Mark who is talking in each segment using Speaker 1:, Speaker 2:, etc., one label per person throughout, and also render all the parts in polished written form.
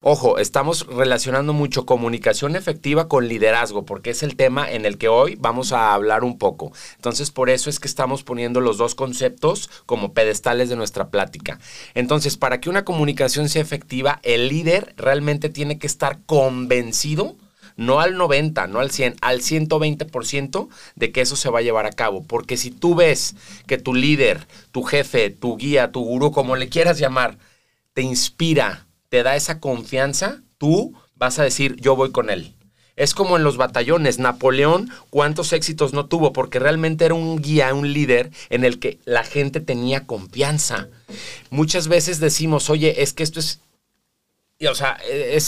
Speaker 1: Ojo, estamos relacionando mucho comunicación efectiva con liderazgo, porque es el tema en el que hoy vamos a hablar un poco. Entonces, por eso es que estamos poniendo los dos conceptos como pedestales de nuestra plática. Entonces, para que una comunicación sea efectiva, el líder realmente tiene que estar convencido, no al 90, no al 100, al 120% de que eso se va a llevar a cabo. Porque si tú ves que tu líder, tu jefe, tu guía, tu gurú, como le quieras llamar, te inspira, te da esa confianza, tú vas a decir, yo voy con él. Es como en los batallones. Napoleón, ¿cuántos éxitos no tuvo? Porque realmente era un guía, un líder en el que la gente tenía confianza. Muchas veces decimos, oye, es que esto es... O sea,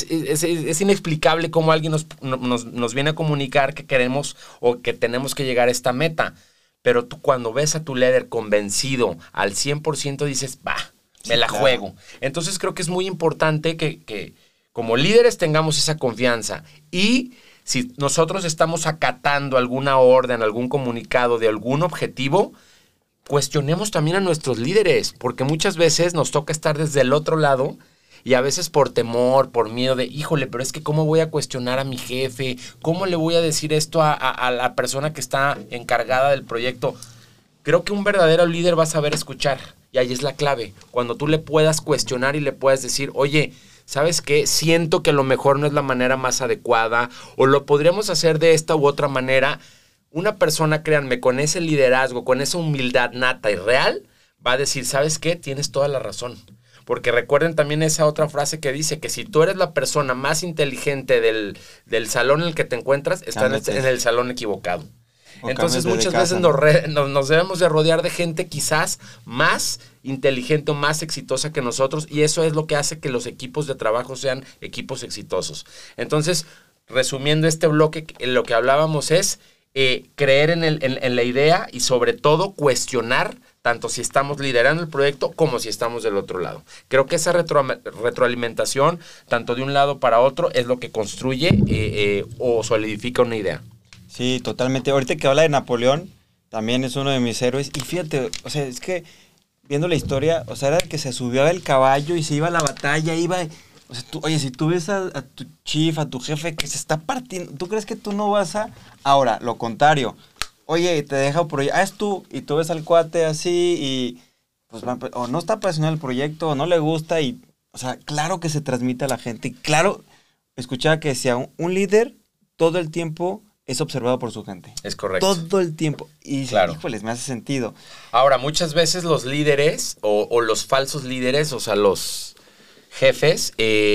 Speaker 1: es inexplicable cómo alguien nos viene a comunicar que queremos o que tenemos que llegar a esta meta. Pero tú cuando ves a tu líder convencido al 100% dices, me la juego. Entonces creo que es muy importante que como líderes tengamos esa confianza. Y si nosotros estamos acatando alguna orden, algún comunicado de algún objetivo, cuestionemos también a nuestros líderes, porque muchas veces nos toca estar desde el otro lado y a veces por temor, por miedo de, híjole, pero es que ¿cómo voy a cuestionar a mi jefe? ¿Cómo le voy a decir esto a la persona que está encargada del proyecto? Creo que un verdadero líder va a saber escuchar. Y ahí es la clave. Cuando tú le puedas cuestionar y le puedas decir, oye, ¿sabes qué? Siento que a lo mejor no es la manera más adecuada o lo podríamos hacer de esta u otra manera. Una persona, créanme, con ese liderazgo, con esa humildad nata y real, va a decir, ¿sabes qué? Tienes toda la razón. Porque recuerden también esa otra frase que dice que si tú eres la persona más inteligente del salón en el que te encuentras, estás en el salón equivocado. Entonces muchas veces nos debemos de rodear de gente quizás más inteligente o más exitosa que nosotros, y eso es lo que hace que los equipos de trabajo sean equipos exitosos. Entonces, resumiendo este bloque, lo que hablábamos es creer en la idea y sobre todo cuestionar tanto si estamos liderando el proyecto como si estamos del otro lado. Creo que esa retroalimentación, tanto de un lado para otro, es lo que construye o solidifica una idea.
Speaker 2: Sí, totalmente. Ahorita que habla de Napoleón, también es uno de mis héroes. Y fíjate, o sea, es que viendo la historia, o sea, era el que se subió al caballo y se iba a la batalla, iba... O sea, oye, si tú ves a tu chief, a tu jefe que se está partiendo, ¿tú crees que tú no vas a...? Ahora, lo contrario. Oye, te deja por ahí, haz tú, y tú ves al cuate así y... Pues, o no está apasionado el proyecto, o no le gusta y... O sea, claro que se transmite a la gente. Y claro, escuchaba que decía, un líder todo el tiempo... es observado por su gente.
Speaker 1: Es correcto.
Speaker 2: Todo el tiempo. Y
Speaker 1: claro,
Speaker 2: híjoles, me hace sentido.
Speaker 1: Ahora, muchas veces los líderes o los falsos líderes, o sea, los jefes,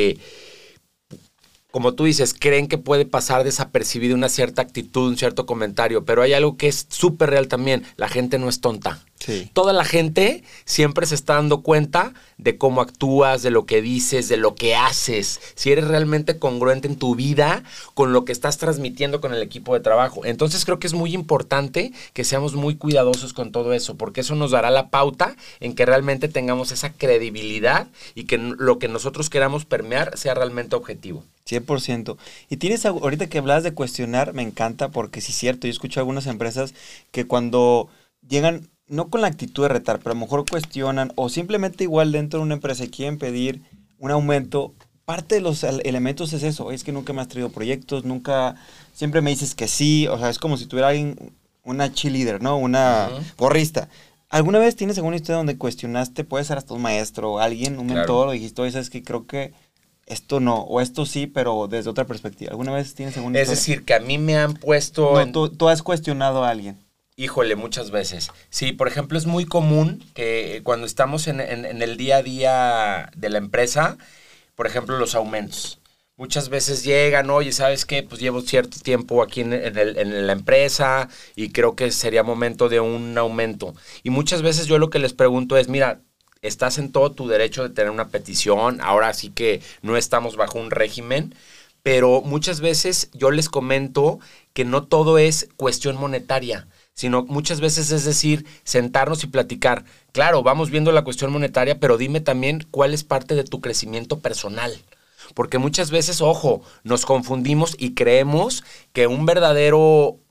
Speaker 1: como tú dices, creen que puede pasar desapercibido una cierta actitud, un cierto comentario, pero hay algo que es súper real también. La gente no es tonta.
Speaker 2: Sí.
Speaker 1: Toda la gente siempre se está dando cuenta de cómo actúas, de lo que dices, de lo que haces. Si eres realmente congruente en tu vida con lo que estás transmitiendo con el equipo de trabajo. Entonces creo que es muy importante que seamos muy cuidadosos con todo eso, porque eso nos dará la pauta en que realmente tengamos esa credibilidad y que lo que nosotros queramos permear sea realmente objetivo.
Speaker 2: 100%. Y tienes, ahorita que hablas de cuestionar, me encanta porque sí es cierto, yo escucho algunas empresas que cuando llegan, no con la actitud de retar, pero a lo mejor cuestionan o simplemente igual dentro de una empresa quieren pedir un aumento, parte de los elementos es eso, es que nunca me has traído proyectos, nunca, siempre me dices que sí, o sea, es como si tuviera alguien, una cheerleader, ¿no? Una gorrista. ¿Alguna vez tienes alguna historia donde cuestionaste, puede ser hasta un maestro, alguien, un mentor, o dijiste, oye, sabes que creo que esto no, o esto sí, pero desde otra perspectiva? ¿Alguna vez tienes alguna historia?
Speaker 1: Es decir, que a mí me han puesto...
Speaker 2: No, tú has cuestionado a alguien.
Speaker 1: Híjole, muchas veces. Sí, por ejemplo, es muy común que cuando estamos en el día a día de la empresa, por ejemplo, los aumentos. Muchas veces llegan, oye, ¿sabes qué? Pues llevo cierto tiempo aquí en la empresa y creo que sería momento de un aumento. Y muchas veces yo lo que les pregunto es, mira, estás en todo tu derecho de tener una petición, ahora sí que no estamos bajo un régimen, pero muchas veces yo les comento que no todo es cuestión monetaria, sino muchas veces es decir, sentarnos y platicar. Claro, vamos viendo la cuestión monetaria, pero dime también cuál es parte de tu crecimiento personal. Porque muchas veces, ojo, nos confundimos y creemos que un verdadero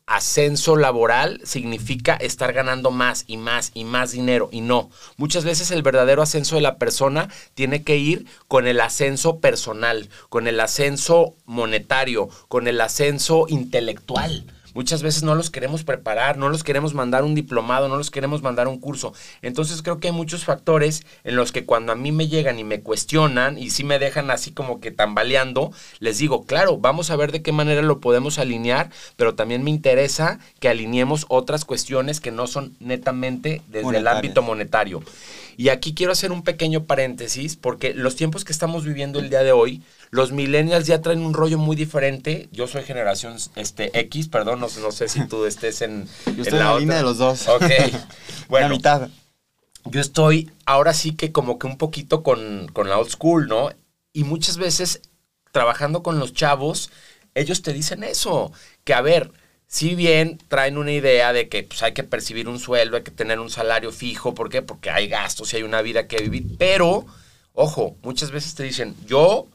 Speaker 1: ascenso laboral significa estar ganando más y más y más dinero, y no. Muchas veces el verdadero ascenso de la persona tiene que ir con el ascenso personal, con el ascenso monetario, con el ascenso intelectual. Muchas veces no los queremos preparar, no los queremos mandar un diplomado, no los queremos mandar un curso. Entonces creo que hay muchos factores en los que cuando a mí me llegan y me cuestionan y sí me dejan así como que tambaleando, les digo, claro, vamos a ver de qué manera lo podemos alinear, pero también me interesa que alineemos otras cuestiones que no son netamente desde el ámbito monetario. Y aquí quiero hacer un pequeño paréntesis, porque los tiempos que estamos viviendo el día de hoy, los millennials ya traen un rollo muy diferente. Yo soy generación X, perdón, no sé si tú estés en
Speaker 2: Yo estoy en la línea de los dos.
Speaker 1: Ok, bueno.
Speaker 2: La mitad.
Speaker 1: Yo estoy ahora sí que como que un poquito con la old school, ¿no? Y muchas veces trabajando con los chavos, ellos te dicen eso, que a ver, si bien traen una idea de que pues, hay que percibir un sueldo, hay que tener un salario fijo, ¿por qué? Porque hay gastos y hay una vida que vivir, pero, ojo, muchas veces te dicen, yo,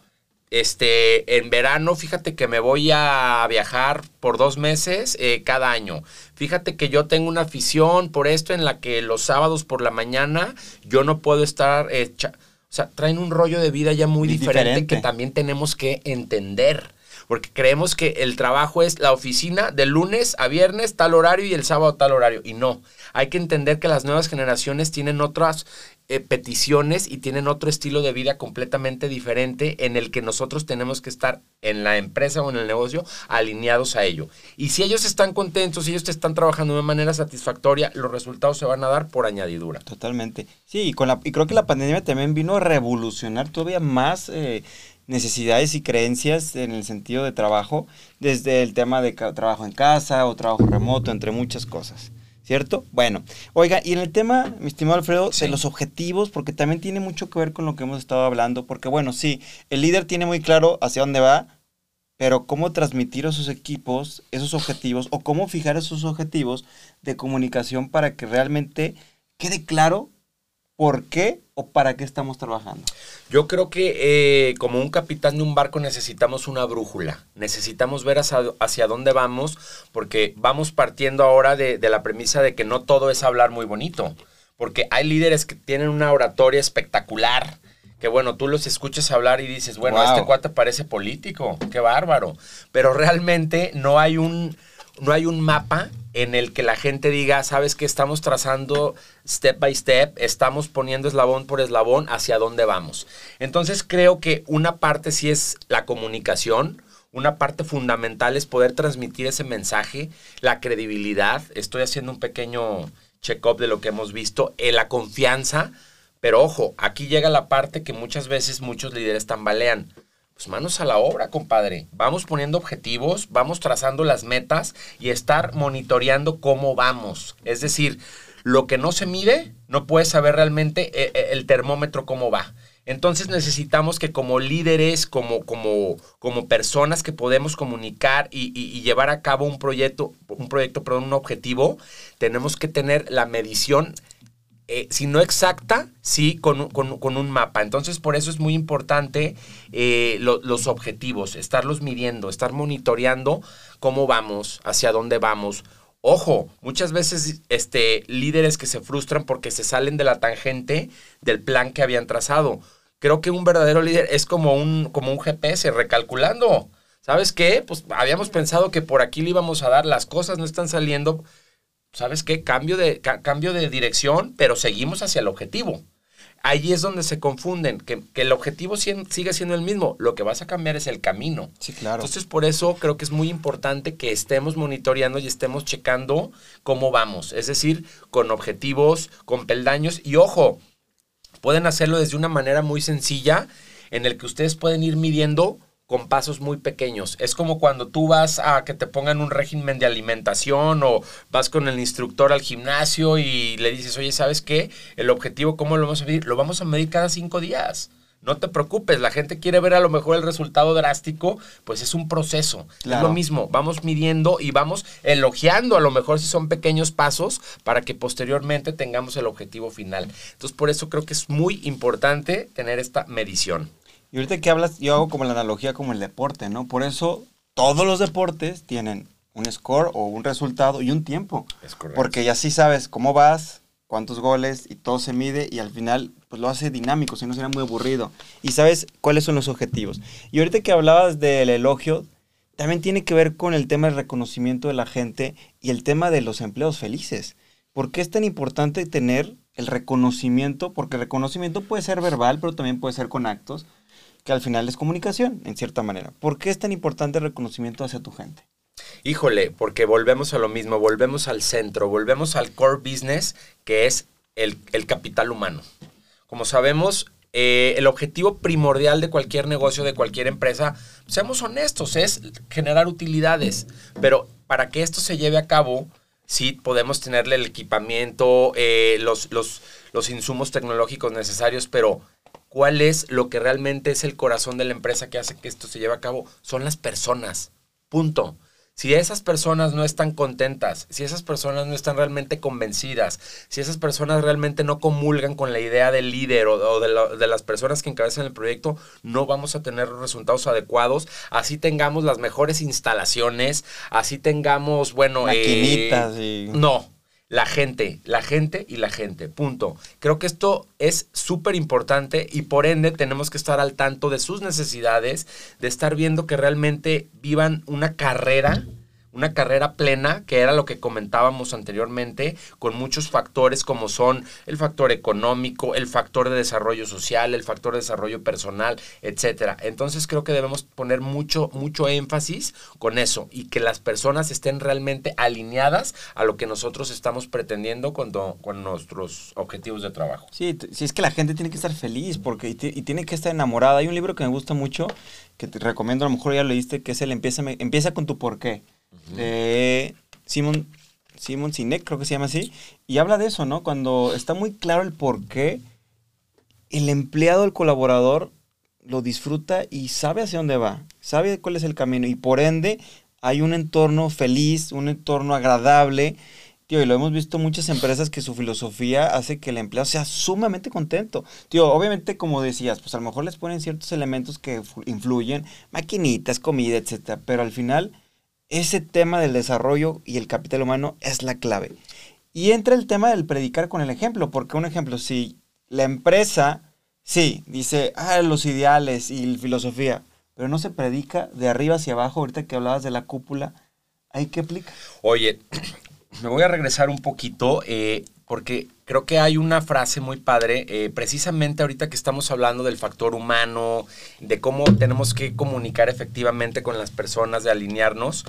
Speaker 1: en verano, fíjate que me voy a viajar por 2 meses cada año. Fíjate que yo tengo una afición por esto en la que los sábados por la mañana yo no puedo estar... o sea, traen un rollo de vida ya muy diferente que también tenemos que entender. Porque creemos que el trabajo es la oficina de lunes a viernes, tal horario, y el sábado tal horario. Y no, hay que entender que las nuevas generaciones tienen otras peticiones y tienen otro estilo de vida completamente diferente en el que nosotros tenemos que estar en la empresa o en el negocio alineados a ello. Y si ellos están contentos, si ellos te están trabajando de manera satisfactoria, los resultados se van a dar por añadidura.
Speaker 2: Totalmente. Sí, y creo que la pandemia también vino a revolucionar todavía más necesidades y creencias en el sentido de trabajo, desde el tema de trabajo en casa o trabajo remoto, entre muchas cosas, ¿cierto? Bueno, oiga, y en el tema, mi estimado Alfredo, de los objetivos, porque también tiene mucho que ver con lo que hemos estado hablando, porque bueno, sí, el líder tiene muy claro hacia dónde va, pero cómo transmitir a sus equipos esos objetivos o cómo fijar esos objetivos de comunicación para que realmente quede claro por qué o para qué estamos trabajando.
Speaker 1: Yo creo que como un capitán de un barco necesitamos una brújula, necesitamos ver hacia dónde vamos, porque vamos partiendo ahora de la premisa de que no todo es hablar muy bonito, porque hay líderes que tienen una oratoria espectacular, que bueno, tú los escuchas hablar y dices, bueno, wow, este cuate parece político, qué bárbaro, pero realmente no hay un mapa en el que la gente diga, ¿sabes qué? Estamos trazando step by step, estamos poniendo eslabón por eslabón hacia dónde vamos. Entonces creo que una parte sí es la comunicación, una parte fundamental es poder transmitir ese mensaje, la credibilidad, estoy haciendo un pequeño check-up de lo que hemos visto, la confianza, pero ojo, aquí llega la parte que muchas veces muchos líderes tambalean. Pues manos a la obra, compadre. Vamos poniendo objetivos, vamos trazando las metas y estar monitoreando cómo vamos. Es decir, lo que no se mide, no puedes saber realmente el termómetro cómo va. Entonces necesitamos que como líderes, como personas que podemos comunicar y llevar a cabo un objetivo, tenemos que tener la medición, si no exacta, sí con un mapa. Entonces, por eso es muy importante los objetivos, estarlos midiendo, estar monitoreando cómo vamos, hacia dónde vamos. Ojo, muchas veces líderes que se frustran porque se salen de la tangente del plan que habían trazado. Creo que un verdadero líder es como un GPS recalculando. ¿Sabes qué? Pues habíamos pensado que por aquí le íbamos a dar, las cosas no están saliendo. ¿Sabes qué? Cambio de dirección, pero seguimos hacia el objetivo. Ahí es donde se confunden, que el objetivo sigue siendo el mismo. Lo que vas a cambiar es el camino.
Speaker 2: Sí, claro.
Speaker 1: Entonces, por eso creo que es muy importante que estemos monitoreando y estemos checando cómo vamos. Es decir, con objetivos, con peldaños. Y ojo, pueden hacerlo desde una manera muy sencilla en el que ustedes pueden ir midiendo con pasos muy pequeños. Es como cuando tú vas a que te pongan un régimen de alimentación o vas con el instructor al gimnasio y le dices, oye, ¿sabes qué? El objetivo, ¿cómo lo vamos a medir? Lo vamos a medir cada 5 días. No te preocupes, la gente quiere ver a lo mejor el resultado drástico, pues es un proceso. Claro. Es lo mismo, vamos midiendo y vamos elogiando a lo mejor si son pequeños pasos para que posteriormente tengamos el objetivo final. Entonces, por eso creo que es muy importante tener esta medición.
Speaker 2: Y ahorita que hablas, yo hago como la analogía como el deporte, ¿no? Por eso todos los deportes tienen un score o un resultado y un tiempo.
Speaker 1: Es correcto.
Speaker 2: Porque ya sí sabes cómo vas, cuántos goles y todo se mide y al final pues lo hace dinámico, si no sería muy aburrido. Y sabes cuáles son los objetivos. Y ahorita que hablabas del elogio, también tiene que ver con el tema del reconocimiento de la gente y el tema de los empleados felices. ¿Por qué es tan importante tener el reconocimiento? Porque el reconocimiento puede ser verbal, pero también puede ser con actos, que al final es comunicación, en cierta manera. ¿Por qué es tan importante el reconocimiento hacia tu gente?
Speaker 1: Híjole, porque volvemos a lo mismo, volvemos al centro, volvemos al core business, que es el capital humano. Como sabemos, el objetivo primordial de cualquier negocio, de cualquier empresa, seamos honestos, es generar utilidades. Pero para que esto se lleve a cabo, sí podemos tenerle el equipamiento, los insumos tecnológicos necesarios, pero ¿cuál es lo que realmente es el corazón de la empresa que hace que esto se lleve a cabo? Son las personas. Punto. Si esas personas no están contentas, si esas personas no están realmente convencidas, si esas personas realmente no comulgan con la idea del líder o de las personas que encabezan el proyecto, no vamos a tener resultados adecuados. Así tengamos las mejores instalaciones, así tengamos, bueno...
Speaker 2: Maquinitas
Speaker 1: No. La gente, punto. Creo que esto es súper importante y por ende tenemos que estar al tanto de sus necesidades, de estar viendo que realmente vivan una carrera plena, que era lo que comentábamos anteriormente, con muchos factores como son el factor económico, el factor de desarrollo social, el factor de desarrollo personal, etcétera. Entonces creo que debemos poner mucho énfasis con eso y que las personas estén realmente alineadas a lo que nosotros estamos pretendiendo con nuestros objetivos de trabajo.
Speaker 2: Sí, es que la gente tiene que estar feliz y tiene que estar enamorada. Hay un libro que me gusta mucho, que te recomiendo, a lo mejor ya lo leíste, que es el Empieza con tu porqué. De Simon Sinek, creo que se llama así, y habla de eso, ¿no? Cuando está muy claro el por qué, el empleado, el colaborador, lo disfruta y sabe hacia dónde va, sabe cuál es el camino, y por ende hay un entorno feliz, un entorno agradable. Tío, y lo hemos visto en muchas empresas que su filosofía hace que el empleado sea sumamente contento. Tío, obviamente, como decías, pues a lo mejor les ponen ciertos elementos que influyen, maquinitas, comida, etcétera, pero al final ese tema del desarrollo y el capital humano es la clave. Y entra el tema del predicar con el ejemplo, porque un ejemplo, si la empresa, sí, dice, los ideales y la filosofía, pero no se predica de arriba hacia abajo, ahorita que hablabas de la cúpula, ¿ahí qué aplica?
Speaker 1: Oye, me voy a regresar un poquito, porque creo que hay una frase muy padre, precisamente ahorita que estamos hablando del factor humano, de cómo tenemos que comunicar efectivamente con las personas, de alinearnos.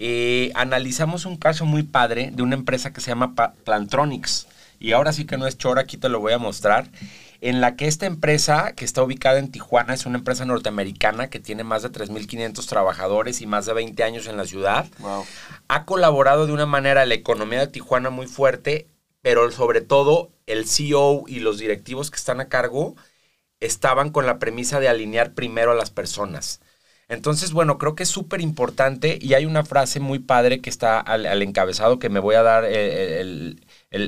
Speaker 1: Analizamos un caso muy padre de una empresa que se llama Plantronics, y ahora sí que no es chora, aquí te lo voy a mostrar, en la que esta empresa, que está ubicada en Tijuana, es una empresa norteamericana que tiene más de 3,500 trabajadores y más de 20 años en la ciudad.
Speaker 2: Wow.
Speaker 1: Ha colaborado de una manera a la economía de Tijuana muy fuerte, pero sobre todo el CEO y los directivos que están a cargo estaban con la premisa de alinear primero a las personas. Entonces, bueno, creo que es súper importante y hay una frase muy padre que está al encabezado que me voy a dar el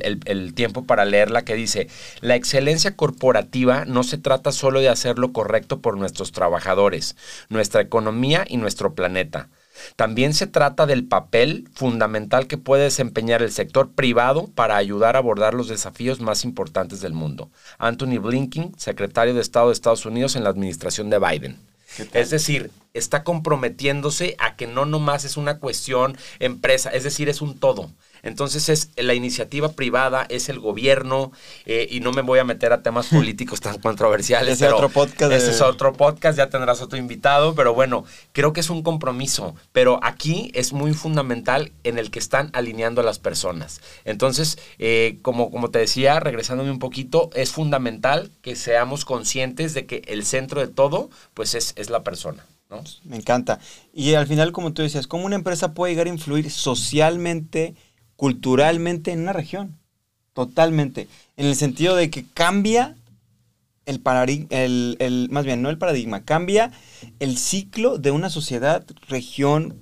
Speaker 1: tiempo para leerla, que dice: la excelencia corporativa no se trata solo de hacer lo correcto por nuestros trabajadores, nuestra economía y nuestro planeta. También se trata del papel fundamental que puede desempeñar el sector privado para ayudar a abordar los desafíos más importantes del mundo. Anthony Blinken, secretario de Estado de Estados Unidos en la administración de Biden. Es decir, está comprometiéndose a que no nomás es una cuestión empresa, es decir, es un todo. Entonces es la iniciativa privada, es el gobierno, y no me voy a meter a temas políticos tan controversiales.
Speaker 2: Ese es
Speaker 1: otro podcast, ya tendrás otro invitado, pero bueno, creo que es un compromiso. Pero aquí es muy fundamental en el que están alineando a las personas. Entonces, como te decía, regresándome un poquito, es fundamental que seamos conscientes de que el centro de todo, pues es la persona, ¿no?
Speaker 2: Me encanta. Y al final, como tú decías, ¿cómo una empresa puede llegar a influir socialmente, culturalmente en una región? Totalmente. En el sentido de que cambia el paradigma, más bien, no el paradigma, cambia el ciclo de una sociedad, región,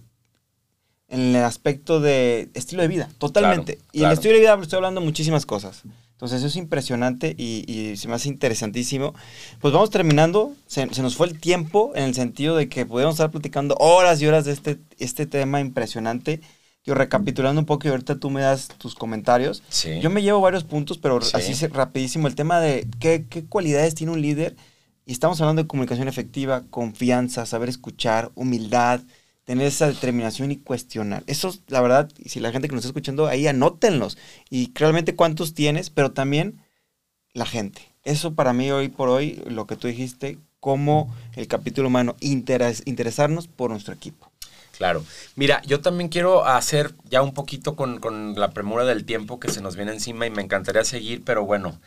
Speaker 2: en el aspecto de estilo de vida. Totalmente.
Speaker 1: Claro,
Speaker 2: y el estilo de vida, estoy hablando de muchísimas cosas. Entonces, eso es impresionante y se me hace interesantísimo. Pues vamos terminando. Se nos fue el tiempo en el sentido de que podemos estar platicando horas y horas de este tema impresionante. yo recapitulando un poco y ahorita tú me das tus comentarios.
Speaker 1: Sí.
Speaker 2: Yo me llevo varios puntos, pero
Speaker 1: Sí.
Speaker 2: así rapidísimo. El tema de qué cualidades tiene un líder. Y estamos hablando de comunicación efectiva, confianza, saber escuchar, humildad, tener esa determinación y cuestionar. Eso, la verdad, si la gente que nos está escuchando, ahí anótenlos. Y realmente cuántos tienes, pero también la gente. Eso para mí hoy por hoy, lo que tú dijiste, como el capítulo humano, interesarnos por nuestro equipo.
Speaker 1: Claro. Mira, yo también quiero hacer ya un poquito con la premura del tiempo que se nos viene encima y me encantaría seguir, pero bueno,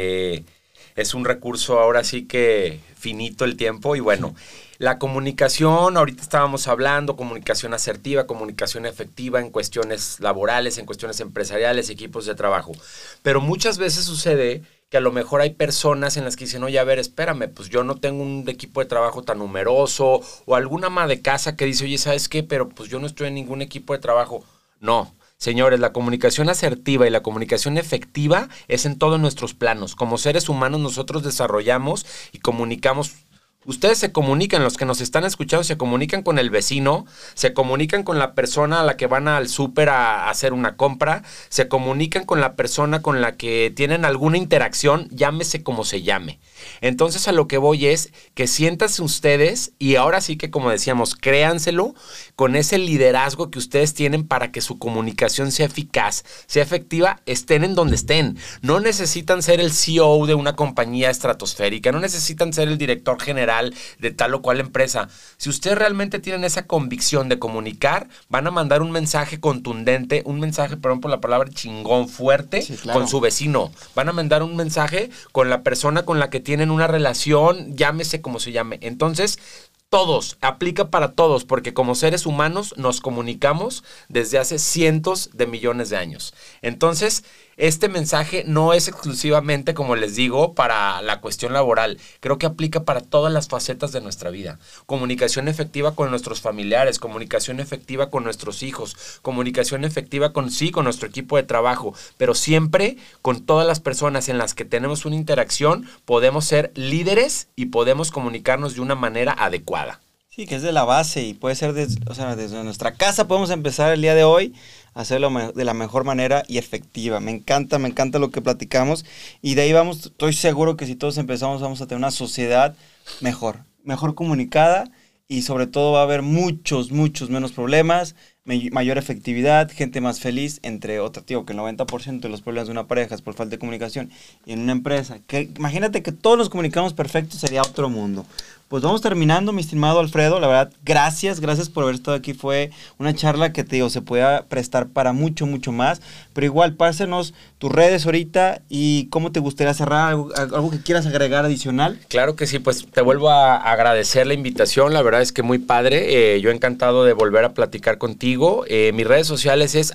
Speaker 1: es un recurso ahora sí que finito el tiempo y bueno, la comunicación, ahorita estábamos hablando, comunicación asertiva, comunicación efectiva en cuestiones laborales, en cuestiones empresariales, equipos de trabajo, pero muchas veces sucede que a lo mejor hay personas en las que dicen, oye, a ver, espérame, pues yo no tengo un equipo de trabajo tan numeroso, o alguna ama de casa que dice, oye, ¿sabes qué? Pero pues yo no estoy en ningún equipo de trabajo. No, señores, la comunicación asertiva y la comunicación efectiva es en todos nuestros planos. Como seres humanos nosotros desarrollamos y comunicamos. Ustedes se comunican, los que nos están escuchando se comunican con el vecino, se comunican con la persona a la que van al súper a hacer una compra, se comunican con la persona con la que tienen alguna interacción, llámese como se llame. Entonces a lo que voy es que siéntanse ustedes y ahora sí que como decíamos, créanselo con ese liderazgo que ustedes tienen para que su comunicación sea eficaz, sea efectiva, estén en donde estén. No necesitan ser el CEO de una compañía estratosférica, no necesitan ser el director general de tal o cual empresa. Si ustedes realmente tienen esa convicción de comunicar, van a mandar un mensaje contundente, un mensaje, perdón por la palabra, chingón, fuerte, sí, claro, con su vecino. Van a mandar un mensaje con la persona con la que tienen una relación, llámese como se llame. Entonces, todos, aplica para todos, porque como seres humanos nos comunicamos desde hace cientos de millones de años. Entonces, este mensaje no es exclusivamente, como les digo, para la cuestión laboral. Creo que aplica para todas las facetas de nuestra vida. Comunicación efectiva con nuestros familiares, comunicación efectiva con nuestros hijos, comunicación efectiva con nuestro equipo de trabajo, pero siempre con todas las personas en las que tenemos una interacción, podemos ser líderes y podemos comunicarnos de una manera adecuada.
Speaker 2: Sí, que es de la base y puede ser desde nuestra casa podemos empezar el día de hoy a hacerlo de la mejor manera y efectiva. Me encanta lo que platicamos y de ahí vamos, estoy seguro que si todos empezamos vamos a tener una sociedad mejor comunicada y sobre todo va a haber muchos menos problemas, mayor efectividad, gente más feliz, entre otros, que el 90% de los problemas de una pareja es por falta de comunicación y en una empresa, que imagínate que todos nos comunicamos perfecto, sería otro mundo. Pues vamos terminando, mi estimado Alfredo. La verdad, gracias por haber estado aquí. Fue una charla que se pueda prestar para mucho más. Pero igual, pásenos tus redes ahorita y cómo te gustaría cerrar, algo que quieras agregar adicional.
Speaker 1: Claro que sí, pues te vuelvo a agradecer la invitación. La verdad es que muy padre. Yo encantado de volver a platicar contigo. Mis redes sociales es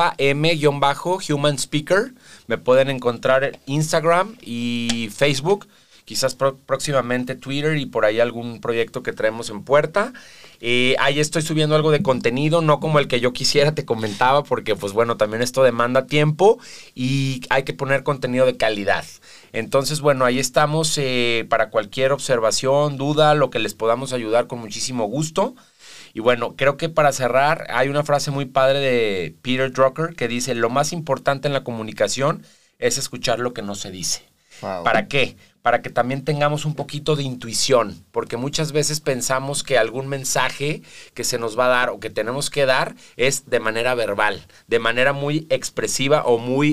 Speaker 1: @m_humanspeaker. Me pueden encontrar en Instagram y Facebook. Quizás próximamente Twitter y por ahí algún proyecto que traemos en puerta. Ahí estoy subiendo algo de contenido, no como el que yo quisiera, te comentaba, porque pues bueno, también esto demanda tiempo y hay que poner contenido de calidad. Entonces, bueno, ahí estamos para cualquier observación, duda, lo que les podamos ayudar con muchísimo gusto. Y bueno, creo que para cerrar hay una frase muy padre de Peter Drucker que dice, lo más importante en la comunicación es escuchar lo que no se dice. Wow. ¿Para qué? Para que también tengamos un poquito de intuición, porque muchas veces pensamos que algún mensaje que se nos va a dar o que tenemos que dar es de manera verbal, de manera muy expresiva o muy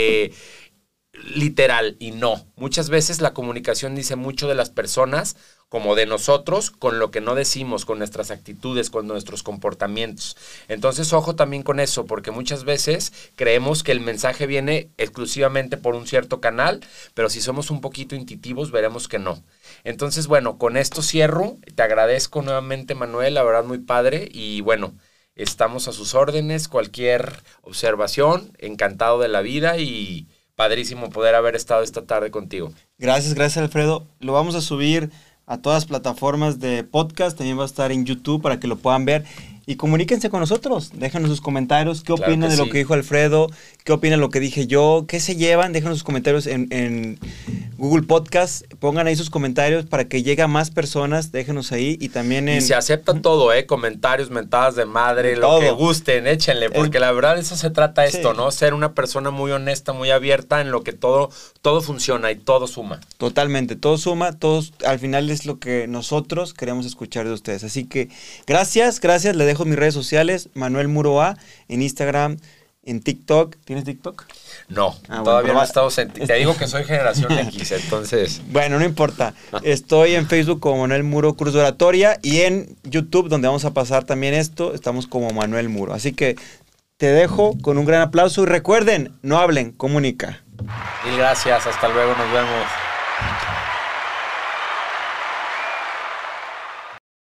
Speaker 1: literal, y no. Muchas veces la comunicación dice mucho de las personas como de nosotros, con lo que no decimos, con nuestras actitudes, con nuestros comportamientos. Entonces, ojo también con eso, porque muchas veces creemos que el mensaje viene exclusivamente por un cierto canal, pero si somos un poquito intuitivos, veremos que no. Entonces, bueno, con esto cierro. Te agradezco nuevamente, Manuel, la verdad muy padre, y bueno, estamos a sus órdenes, cualquier observación, encantado de la vida y padrísimo poder haber estado esta tarde contigo.
Speaker 2: Gracias, Alfredo. Lo vamos a subir a todas las plataformas de podcast, también va a estar en YouTube para que lo puedan ver. y comuníquense con nosotros. Déjanos sus comentarios. ¿Qué
Speaker 1: Claro
Speaker 2: opinan
Speaker 1: que
Speaker 2: de lo
Speaker 1: sí.
Speaker 2: que dijo Alfredo? ¿Qué opinan de lo que dije yo? ¿Qué se llevan? Déjanos sus comentarios en Google Podcast. Pongan ahí sus comentarios para que llegue a más personas. Déjenos ahí y también en...
Speaker 1: Y se acepta todo, comentarios, mentadas de madre, lo
Speaker 2: Todo.
Speaker 1: que gusten, échenle, porque la verdad eso se trata esto,
Speaker 2: Sí.
Speaker 1: ¿no? Ser una persona muy honesta, muy abierta en lo que todo funciona y todo suma.
Speaker 2: Totalmente, todo suma, todos al final es lo que nosotros queremos escuchar de ustedes. Así que gracias, le dejo mis redes sociales, Manuel Muro A, en Instagram, en TikTok. ¿Tienes TikTok?
Speaker 1: No,
Speaker 2: Bueno,
Speaker 1: todavía
Speaker 2: pero
Speaker 1: no he estado te digo que soy generación X, entonces...
Speaker 2: Bueno, no importa. Estoy en Facebook como Manuel Muro Cruz de Oratoria y en YouTube, donde vamos a pasar también esto, estamos como Manuel Muro. Así que te dejo con un gran aplauso y recuerden, no hablen, comunica.
Speaker 1: Mil gracias, hasta luego, nos vemos.